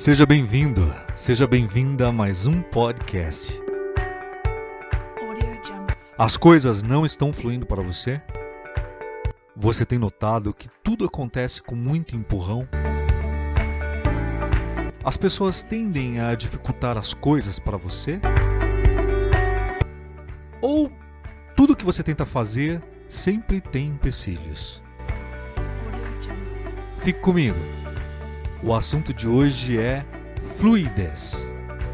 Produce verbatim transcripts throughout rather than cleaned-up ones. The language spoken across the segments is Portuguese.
Seja bem-vindo, seja bem-vinda a mais um podcast. As coisas não estão fluindo para você? Você tem notado que tudo acontece com muito empurrão? As pessoas tendem a dificultar as coisas para você? Ou tudo que você tenta fazer sempre tem empecilhos? Fique comigo. O assunto de hoje é fluidez.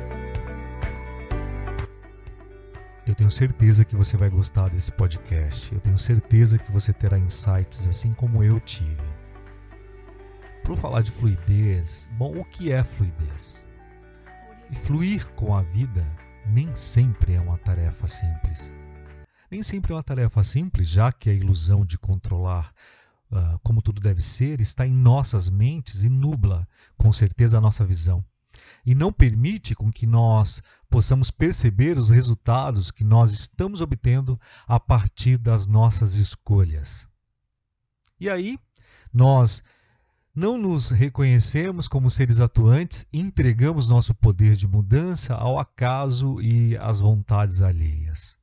Eu tenho certeza que você vai gostar desse podcast. Eu tenho certeza que você terá insights assim como eu tive. Por falar de fluidez, bom, o que é fluidez? E fluir com a vida nem sempre é uma tarefa simples. Nem sempre é uma tarefa simples, já que a ilusão de controlar Uh, como tudo deve ser, está em nossas mentes e nubla, com certeza, a nossa visão. E não permite com que nós possamos perceber os resultados que nós estamos obtendo a partir das nossas escolhas. E aí, nós não nos reconhecemos como seres atuantes e entregamos nosso poder de mudança ao acaso e às vontades alheias.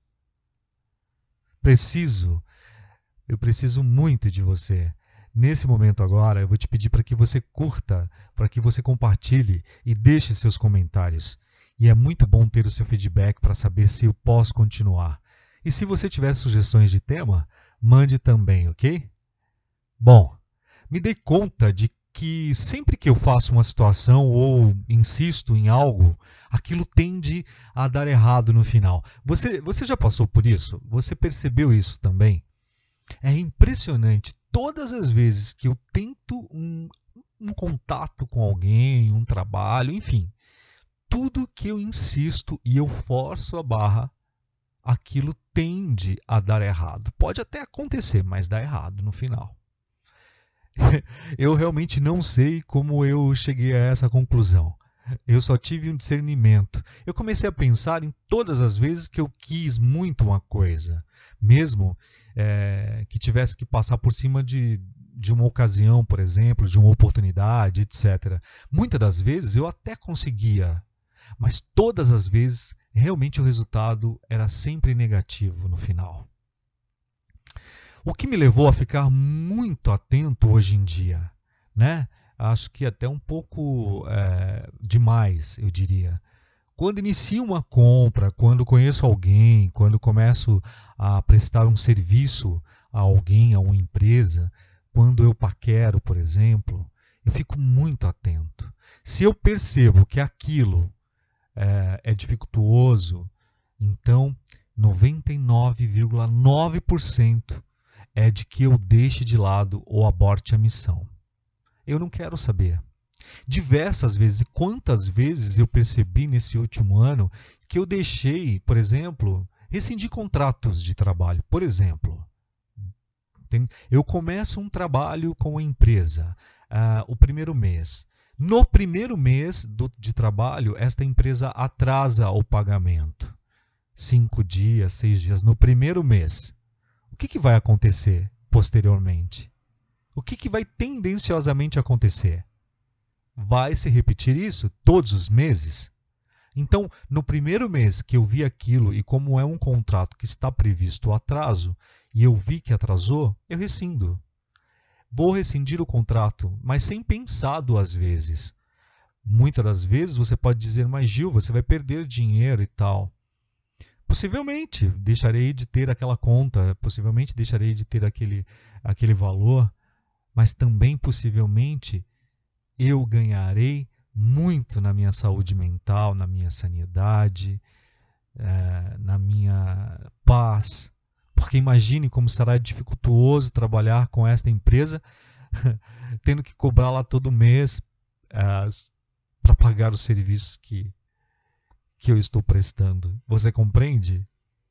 Preciso Eu preciso muito de você. Nesse momento agora, eu vou te pedir para que você curta, para que você compartilhe e deixe seus comentários. E é muito bom ter o seu feedback para saber se eu posso continuar. E se você tiver sugestões de tema, mande também, ok? Bom, me dei conta de que sempre que eu faço uma situação ou insisto em algo, aquilo tende a dar errado no final. Você, você já passou por isso? Você percebeu isso também? É impressionante, todas as vezes que eu tento um, um contato com alguém, um trabalho, enfim, tudo que eu insisto e eu forço a barra, aquilo tende a dar errado. Pode até acontecer, mas dá errado no final. Eu realmente não sei como eu cheguei a essa conclusão. Eu só tive um discernimento. Eu comecei a pensar em todas as vezes que eu quis muito uma coisa, mesmo é, que tivesse que passar por cima de, de uma ocasião, por exemplo, de uma oportunidade, etcétera. Muitas das vezes eu até conseguia, mas todas as vezes realmente o resultado era sempre negativo no final. O que me levou a ficar muito atento hoje em dia, né? Acho que até um pouco é, demais, eu diria. Quando inicio uma compra, quando conheço alguém, quando começo a prestar um serviço a alguém, a uma empresa, quando eu paquero, por exemplo, eu fico muito atento. Se eu percebo que aquilo é, é dificultuoso, então noventa e nove vírgula nove por cento é de que eu deixe de lado ou aborte a missão. Eu não quero saber. Diversas vezes, e quantas vezes eu percebi nesse último ano que eu deixei, por exemplo, rescindir contratos de trabalho. Por exemplo, tem, eu começo um trabalho com a empresa, uh, o primeiro mês. No primeiro mês do, de trabalho, esta empresa atrasa o pagamento. Cinco dias, seis dias, no primeiro mês. O que, que vai acontecer posteriormente? O que, que vai tendenciosamente acontecer? Vai se repetir isso todos os meses? Então, no primeiro mês que eu vi aquilo e como é um contrato que está previsto o atraso, e eu vi que atrasou, eu rescindo. Vou rescindir o contrato, mas sem pensar duas vezes. Muitas das vezes você pode dizer, mas Gil, você vai perder dinheiro e tal. Possivelmente deixarei de ter aquela conta, possivelmente deixarei de ter aquele, aquele valor, mas também possivelmente eu ganharei muito na minha saúde mental, na minha sanidade, é, na minha paz. Porque imagine como será dificultuoso trabalhar com esta empresa, tendo que cobrar lá todo mês é, para pagar os serviços que, que eu estou prestando. Você compreende?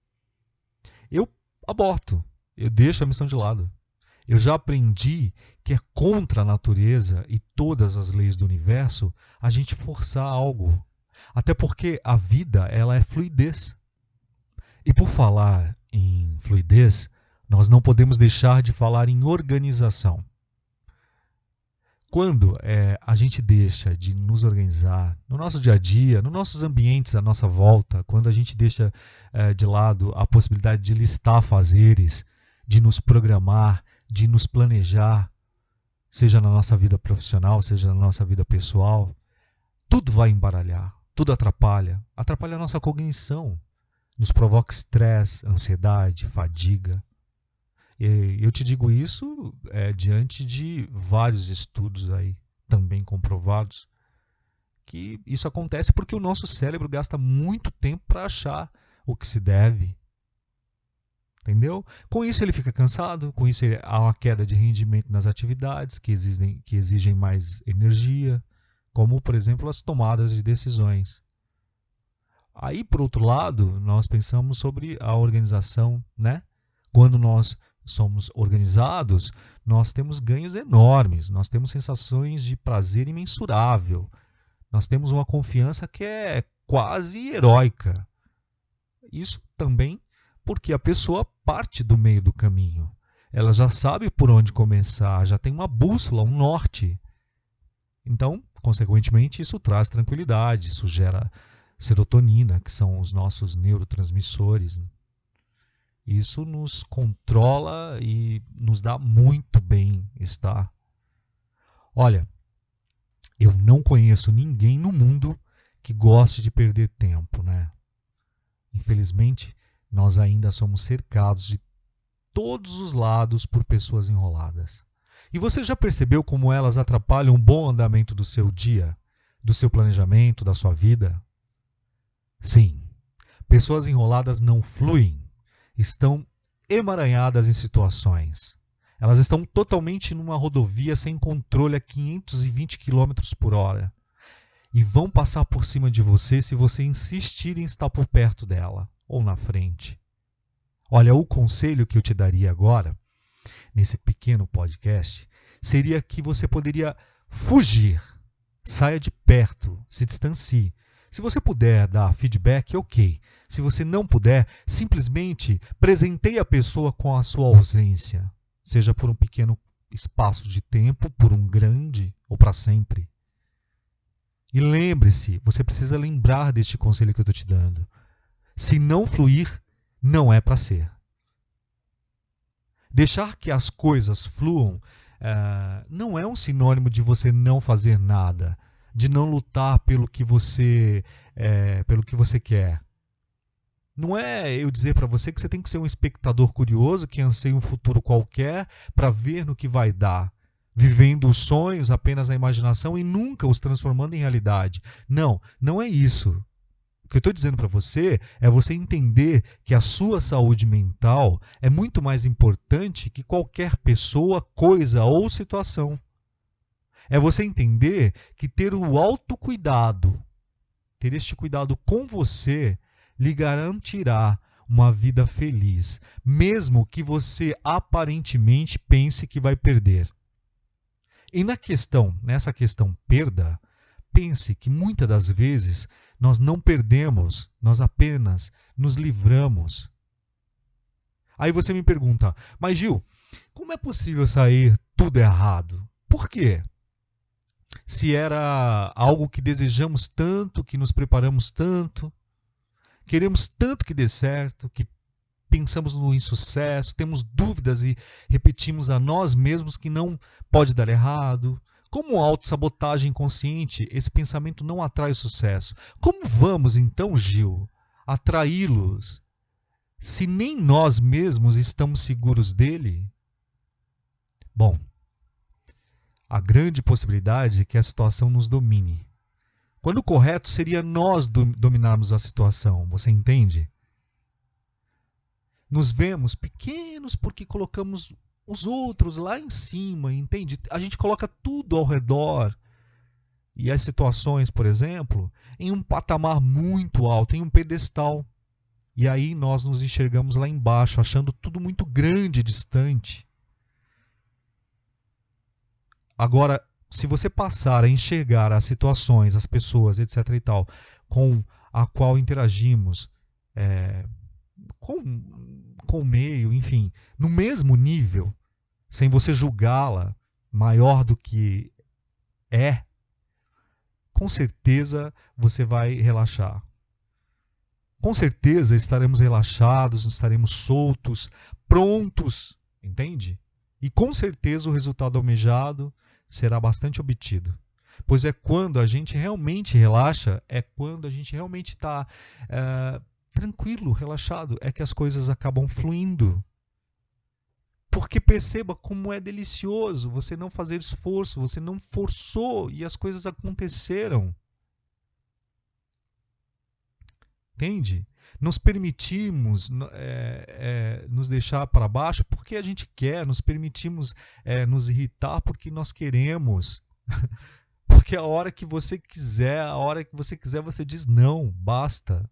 Eu aborto, eu deixo a missão de lado. Eu já aprendi que é contra a natureza e todas as leis do universo a gente forçar algo. Até porque a vida ela é fluidez. E por falar em fluidez, nós não podemos deixar de falar em organização. Quando é, a gente deixa de nos organizar no nosso dia a dia, nos nossos ambientes à nossa volta, quando a gente deixa é, de lado a possibilidade de listar fazeres, de nos programar, de nos planejar, seja na nossa vida profissional, seja na nossa vida pessoal, tudo vai embaralhar, tudo atrapalha, atrapalha a nossa cognição, nos provoca estresse, ansiedade, fadiga. E eu te digo isso é, diante de vários estudos aí também comprovados, que isso acontece porque o nosso cérebro gasta muito tempo para achar o que se deve. Entendeu? Com isso ele fica cansado, com isso ele, há uma queda de rendimento nas atividades que exigem, que exigem mais energia, como, por exemplo, as tomadas de decisões. Aí, por outro lado, nós pensamos sobre a organização, né? Quando nós somos organizados, nós temos ganhos enormes, nós temos sensações de prazer imensurável, nós temos uma confiança que é quase heróica. Isso também porque a pessoa parte do meio do caminho. Ela já sabe por onde começar, já tem uma bússola, um norte. Então, consequentemente, isso traz tranquilidade, isso gera serotonina, que são os nossos neurotransmissores. Isso nos controla e nos dá muito bem-estar. Olha, eu não conheço ninguém no mundo que goste de perder tempo, né? Infelizmente, nós ainda somos cercados de todos os lados por pessoas enroladas. E você já percebeu como elas atrapalham o bom andamento do seu dia, do seu planejamento, da sua vida? Sim, pessoas enroladas não fluem. Estão emaranhadas em situações. Elas estão totalmente numa rodovia sem controle a quinhentos e vinte quilômetros por hora. E vão passar por cima de você se você insistir em estar por perto dela ou na frente. Olha, o conselho que eu te daria agora, nesse pequeno podcast, seria que você poderia fugir. Saia de perto, se distancie. Se você puder dar feedback, ok. Se você não puder, simplesmente presenteie a pessoa com a sua ausência. Seja por um pequeno espaço de tempo, por um grande ou para sempre. E lembre-se, você precisa lembrar deste conselho que eu estou te dando. Se não fluir, não é para ser. Deixar que as coisas fluam uh, não é um sinônimo de você não fazer nada, de não lutar pelo que você, é, pelo que você quer. Não é eu dizer para você que você tem que ser um espectador curioso que anseia um futuro qualquer para ver no que vai dar, vivendo os sonhos apenas na imaginação e nunca os transformando em realidade. Não, não é isso. O que eu estou dizendo para você é você entender que a sua saúde mental é muito mais importante que qualquer pessoa, coisa ou situação. É você entender que ter o autocuidado, ter este cuidado com você, lhe garantirá uma vida feliz, mesmo que você aparentemente pense que vai perder. E na questão, nessa questão perda, pense que muitas das vezes nós não perdemos, nós apenas nos livramos. Aí você me pergunta, mas Gil, como é possível sair tudo errado? Por quê? Se era algo que desejamos tanto, que nos preparamos tanto, queremos tanto que dê certo, que pensamos no insucesso, temos dúvidas e repetimos a nós mesmos que não pode dar errado. Como autossabotagem inconsciente, esse pensamento não atrai o sucesso. Como vamos então, Gil, atraí-los se nem nós mesmos estamos seguros dele? Bom, a grande possibilidade é que a situação nos domine. Quando o correto seria nós dominarmos a situação, você entende? Nos vemos pequenos porque colocamos os outros lá em cima, entende? A gente coloca tudo ao redor. E as situações, por exemplo, em um patamar muito alto, em um pedestal. E aí nós nos enxergamos lá embaixo, achando tudo muito grande e distante. Agora, se você passar a enxergar as situações, as pessoas, etc e tal, com a qual interagimos, é, com, com o meio, enfim, no mesmo nível, sem você julgá-la maior do que é, com certeza você vai relaxar. Com certeza estaremos relaxados, estaremos soltos, prontos, entende? E com certeza o resultado almejado será bastante obtido. Pois é quando a gente realmente relaxa, é quando a gente realmente está é, tranquilo, relaxado, é que as coisas acabam fluindo. Porque perceba como é delicioso você não fazer esforço, você não forçou e as coisas aconteceram. Entende? Nos permitimos é, é, nos deixar para baixo porque a gente quer, nos permitimos é, nos irritar porque nós queremos. Porque a hora que você quiser, a hora que você quiser, você diz não, basta.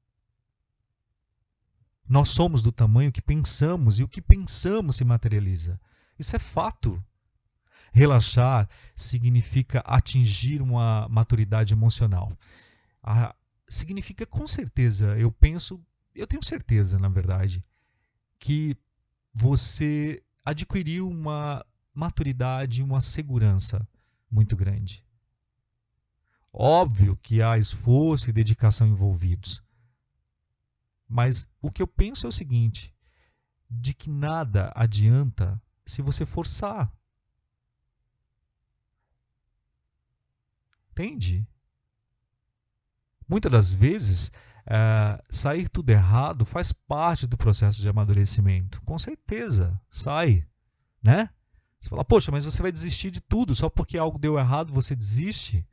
Nós somos do tamanho que pensamos e o que pensamos se materializa. Isso é fato. Relaxar significa atingir uma maturidade emocional. A, significa com certeza, eu penso, eu tenho certeza, na verdade, que você adquiriu uma maturidade, uma segurança muito grande. Óbvio que há esforço e dedicação envolvidos. Mas o que eu penso é o seguinte, de que nada adianta se você forçar. Entende? Muitas das vezes, é, sair tudo errado faz parte do processo de amadurecimento. Com certeza, sai. Né? Você fala, poxa, mas você vai desistir de tudo, só porque algo deu errado você desiste?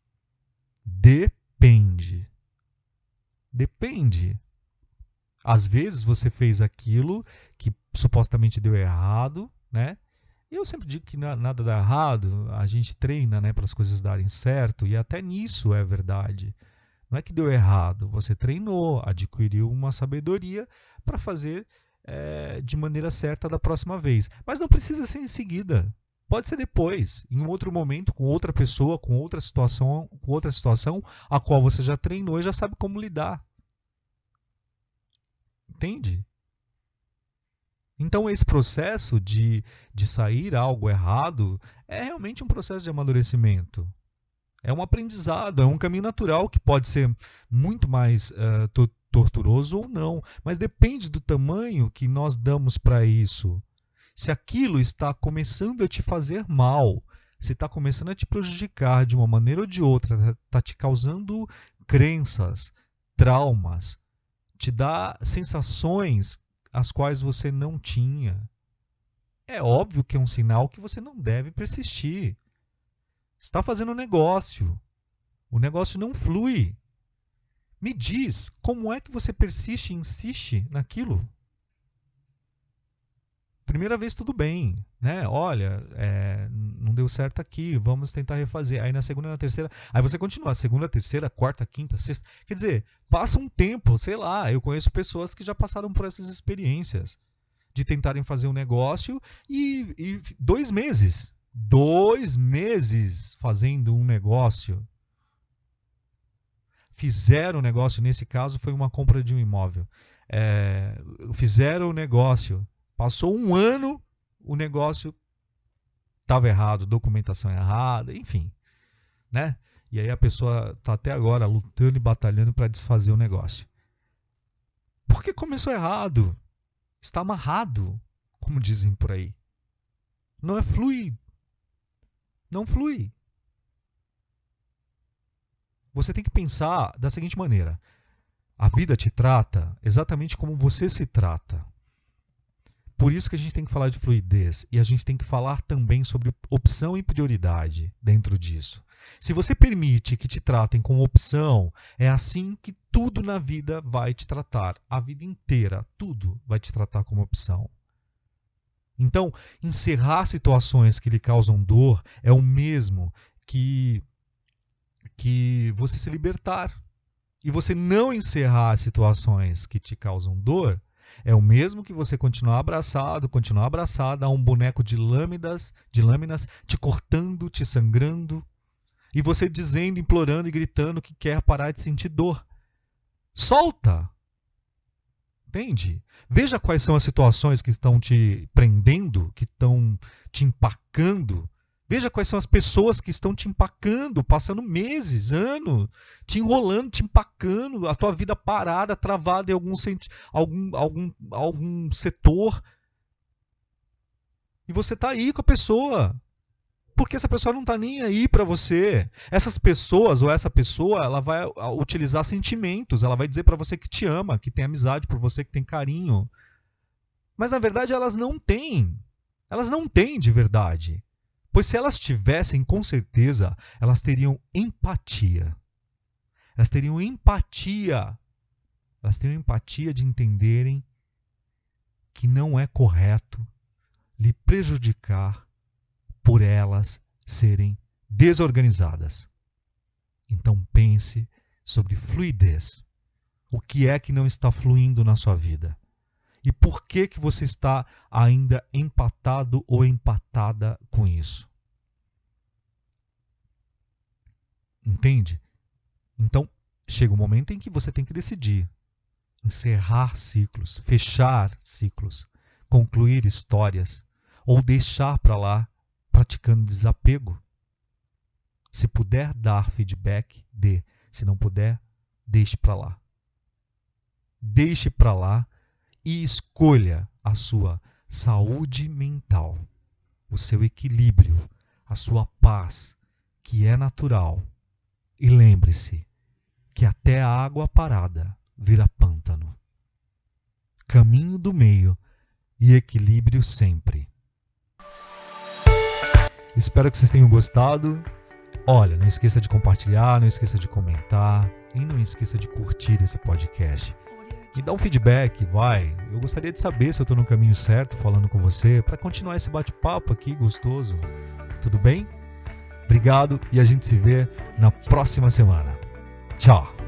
Depende. Depende. Às vezes você fez aquilo que supostamente deu errado, né? E eu sempre digo que nada dá errado, a gente treina, né, para as coisas darem certo, e até nisso é verdade. Não é que deu errado, você treinou, adquiriu uma sabedoria para fazer é, de maneira certa da próxima vez. Mas não precisa ser em seguida. Pode ser depois, em um outro momento, com outra pessoa, com outra situação, com outra situação, a qual você já treinou e já sabe como lidar. Entende? Então esse processo de, de sair algo errado é realmente um processo de amadurecimento. É um aprendizado, é um caminho natural que pode ser muito mais uh, to- torturoso ou não, mas depende do tamanho que nós damos para isso. Se aquilo está começando a te fazer mal, se está começando a te prejudicar de uma maneira ou de outra, está te causando crenças, traumas, te dá sensações as quais você não tinha, é óbvio que é um sinal que você não deve persistir. Está fazendo um negócio, o negócio não flui. Me diz, como é que você persiste e insiste naquilo? Primeira vez tudo bem, né? Olha, é, não deu certo aqui, vamos tentar refazer. Aí na segunda e na terceira, aí você continua, segunda, terceira, quarta, quinta, sexta. Quer dizer, passa um tempo, sei lá, eu conheço pessoas que já passaram por essas experiências de tentarem fazer um negócio e, e dois meses, dois meses fazendo um negócio. Fizeram o negócio, nesse caso foi uma compra de um imóvel. É, fizeram o negócio. Passou um ano, o negócio estava errado, documentação errada, enfim. Né? E aí a pessoa está até agora lutando e batalhando para desfazer o negócio. Porque começou errado. Está amarrado, como dizem por aí. Não é flui. Não flui. Você tem que pensar da seguinte maneira. A vida te trata exatamente como você se trata. Por isso que a gente tem que falar de fluidez e a gente tem que falar também sobre opção e prioridade dentro disso. Se você permite que te tratem como opção, é assim que tudo na vida vai te tratar. A vida inteira, tudo vai te tratar como opção. Então, encerrar situações que lhe causam dor é o mesmo que, que você se libertar. E você não encerrar situações que te causam dor é o mesmo que você continuar abraçado, continuar abraçada a um boneco de lâminas, de lâminas te cortando, te sangrando, e você dizendo, implorando e gritando que quer parar de sentir dor. Solta! Entende? Veja quais são as situações que estão te prendendo, que estão te empacando, Veja quais são as pessoas que estão te empacando, passando meses, anos, te enrolando, te empacando, a tua vida parada, travada em algum, algum, algum, algum setor. E você está aí com a pessoa. Porque essa pessoa não está nem aí para você. Essas pessoas ou essa pessoa, ela vai utilizar sentimentos. Ela vai dizer para você que te ama, que tem amizade por você, que tem carinho. Mas na verdade elas não têm. Elas não têm de verdade. Pois se elas tivessem, com certeza, elas teriam empatia. Elas teriam empatia. Elas teriam empatia de entenderem que não é correto lhe prejudicar por elas serem desorganizadas. Então pense sobre fluidez. O que é que não está fluindo na sua vida? E por que que você está ainda empatado ou empatada com isso? Entende? Então, chega um momento em que você tem que decidir. Encerrar ciclos, fechar ciclos, concluir histórias ou deixar para lá praticando desapego. Se puder dar feedback, dê. Se não puder, deixe para lá. Deixe para lá e escolha a sua saúde mental, o seu equilíbrio, a sua paz, que é natural. E lembre-se que até a água parada vira pântano. Caminho do meio e equilíbrio sempre. Espero que vocês tenham gostado. Olha, não esqueça de compartilhar, não esqueça de comentar e não esqueça de curtir esse podcast. Me dá um feedback, vai. Eu gostaria de saber se eu estou no caminho certo falando com você para continuar esse bate-papo aqui gostoso. Tudo bem? Obrigado e a gente se vê na próxima semana. Tchau!